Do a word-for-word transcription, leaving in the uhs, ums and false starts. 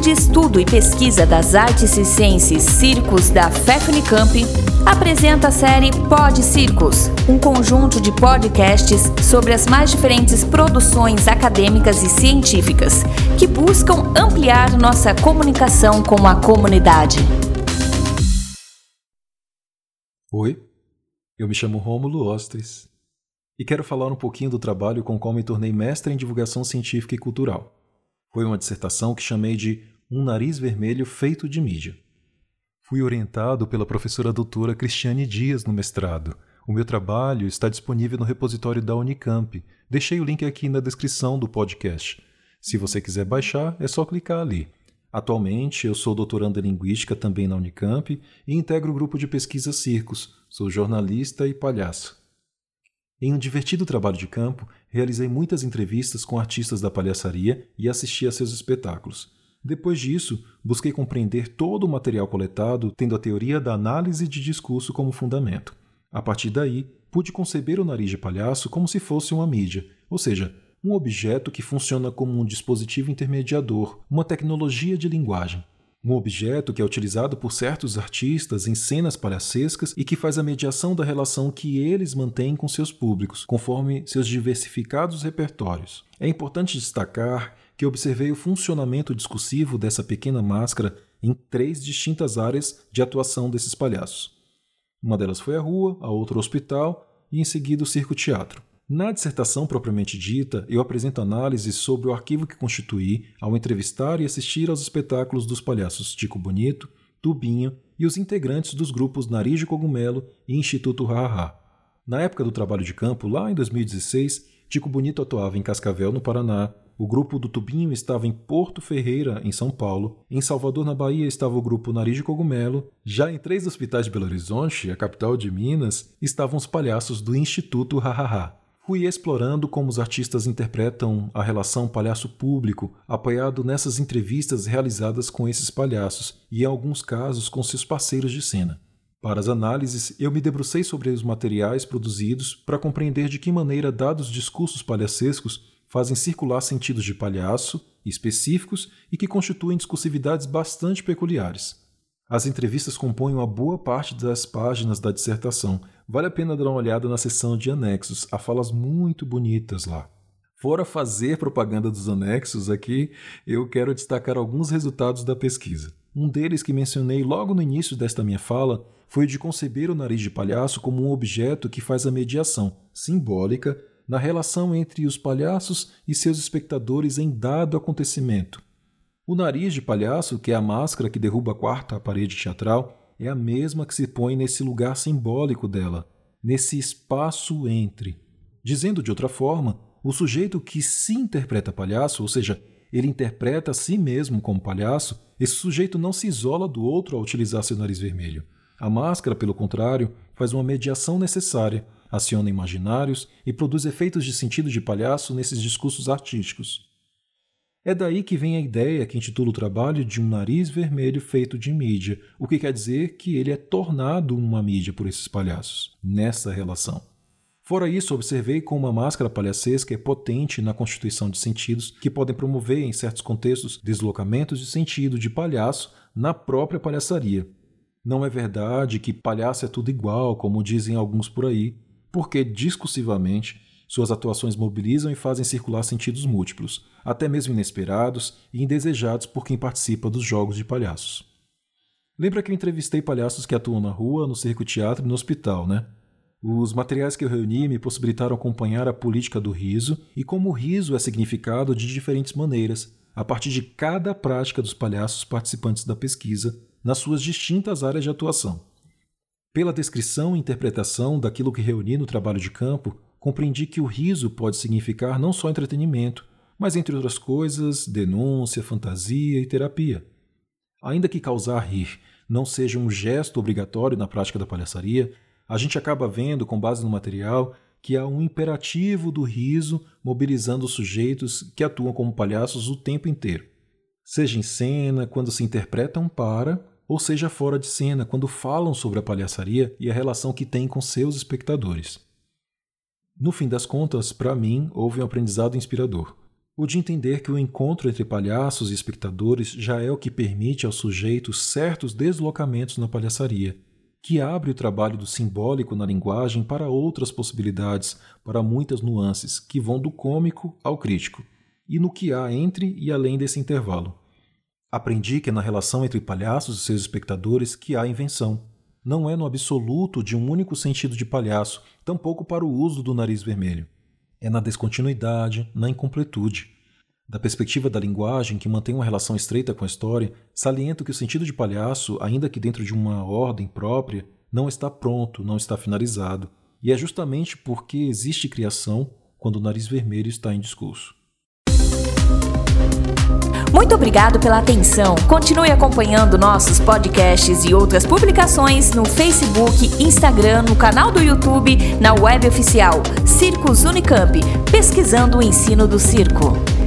de Estudo e Pesquisa das Artes e Ciências Circos da FEFNICAMP, apresenta a série Pod Circos, um conjunto de podcasts sobre as mais diferentes produções acadêmicas e científicas que buscam ampliar nossa comunicação com a comunidade. Oi, eu me chamo Rômulo Ostres e quero falar um pouquinho do trabalho com o qual me tornei mestre em divulgação científica e cultural. Foi uma dissertação que chamei de Um Nariz Vermelho Feito de Mídia. Fui orientado pela professora doutora Cristiane Dias no mestrado. O meu trabalho está disponível no repositório da Unicamp. Deixei o link aqui na descrição do podcast. Se você quiser baixar, é só clicar ali. Atualmente, eu sou doutorando em Linguística também na Unicamp e integro o grupo de pesquisa Circos. Sou jornalista e palhaço. Em um divertido trabalho de campo, realizei muitas entrevistas com artistas da palhaçaria e assisti a seus espetáculos. Depois disso, busquei compreender todo o material coletado, tendo a teoria da análise de discurso como fundamento. A partir daí, pude conceber o nariz de palhaço como se fosse uma mídia, ou seja, um objeto que funciona como um dispositivo intermediador, uma tecnologia de linguagem. Um objeto que é utilizado por certos artistas em cenas palhacescas e que faz a mediação da relação que eles mantêm com seus públicos, conforme seus diversificados repertórios. É importante destacar que observei o funcionamento discursivo dessa pequena máscara em três distintas áreas de atuação desses palhaços. Uma delas foi a rua, a outra o hospital e em seguida o circo-teatro. Na dissertação propriamente dita, eu apresento análises sobre o arquivo que constituí ao entrevistar e assistir aos espetáculos dos palhaços Tico Bonito, Tubinho e os integrantes dos grupos Nariz de Cogumelo e Instituto Ha-Ha. Na época do trabalho de campo, lá em dois mil e dezesseis, Tico Bonito atuava em Cascavel, no Paraná, o grupo do Tubinho estava em Porto Ferreira, em São Paulo, em Salvador, na Bahia, estava o grupo Nariz de Cogumelo, já em três hospitais de Belo Horizonte, a capital de Minas, estavam os palhaços do Instituto Ha-Ha. Fui explorando como os artistas interpretam a relação palhaço-público, apoiado nessas entrevistas realizadas com esses palhaços e, em alguns casos, com seus parceiros de cena. Para as análises, eu me debrucei sobre os materiais produzidos para compreender de que maneira dados discursos palhacescos fazem circular sentidos de palhaço específicos e que constituem discursividades bastante peculiares. As entrevistas compõem uma boa parte das páginas da dissertação. Vale a pena dar uma olhada na seção de anexos. Há falas muito bonitas lá. Fora fazer propaganda dos anexos aqui, eu quero destacar alguns resultados da pesquisa. Um deles que mencionei logo no início desta minha fala foi o de conceber o nariz de palhaço como um objeto que faz a mediação simbólica na relação entre os palhaços e seus espectadores em dado acontecimento. O nariz de palhaço, que é a máscara que derruba a quarta parede teatral, é a mesma que se põe nesse lugar simbólico dela, nesse espaço entre. Dizendo de outra forma, o sujeito que se interpreta palhaço, ou seja, ele interpreta a si mesmo como palhaço, esse sujeito não se isola do outro ao utilizar seu nariz vermelho. A máscara, pelo contrário, faz uma mediação necessária, aciona imaginários e produz efeitos de sentido de palhaço nesses discursos artísticos. É daí que vem a ideia que intitula o trabalho de um nariz vermelho feito de mídia, o que quer dizer que ele é tornado uma mídia por esses palhaços, nessa relação. Fora isso, observei como a máscara palhacesca é potente na constituição de sentidos que podem promover, em certos contextos, deslocamentos de sentido de palhaço na própria palhaçaria. Não é verdade que palhaço é tudo igual, como dizem alguns por aí, porque, discursivamente, suas atuações mobilizam e fazem circular sentidos múltiplos, até mesmo inesperados e indesejados por quem participa dos jogos de palhaços. Lembra que eu entrevistei palhaços que atuam na rua, no circo-teatro e no hospital, né? Os materiais que eu reuni me possibilitaram acompanhar a política do riso e como o riso é significado de diferentes maneiras, a partir de cada prática dos palhaços participantes da pesquisa, nas suas distintas áreas de atuação. Pela descrição e interpretação daquilo que reuni no trabalho de campo, compreendi que o riso pode significar não só entretenimento, mas, entre outras coisas, denúncia, fantasia e terapia. Ainda que causar rir não seja um gesto obrigatório na prática da palhaçaria, a gente acaba vendo, com base no material, que há um imperativo do riso mobilizando os sujeitos que atuam como palhaços o tempo inteiro. Seja em cena, quando se interpretam para, ou seja fora de cena, quando falam sobre a palhaçaria e a relação que tem com seus espectadores. No fim das contas, para mim, houve um aprendizado inspirador. O de entender que o encontro entre palhaços e espectadores já é o que permite ao sujeito certos deslocamentos na palhaçaria, que abre o trabalho do simbólico na linguagem para outras possibilidades, para muitas nuances, que vão do cômico ao crítico, e no que há entre e além desse intervalo. Aprendi que é na relação entre palhaços e seus espectadores que há invenção. Não é no absoluto de um único sentido de palhaço, tampouco para o uso do nariz vermelho. É na descontinuidade, na incompletude. Da perspectiva da linguagem, que mantém uma relação estreita com a história, saliento que o sentido de palhaço, ainda que dentro de uma ordem própria, não está pronto, não está finalizado. E é justamente porque existe criação quando o nariz vermelho está em discurso. Muito obrigado pela atenção. Continue acompanhando nossos podcasts e outras publicações no Facebook, Instagram, no canal do YouTube, na web oficial Circos Unicamp, pesquisando o ensino do circo.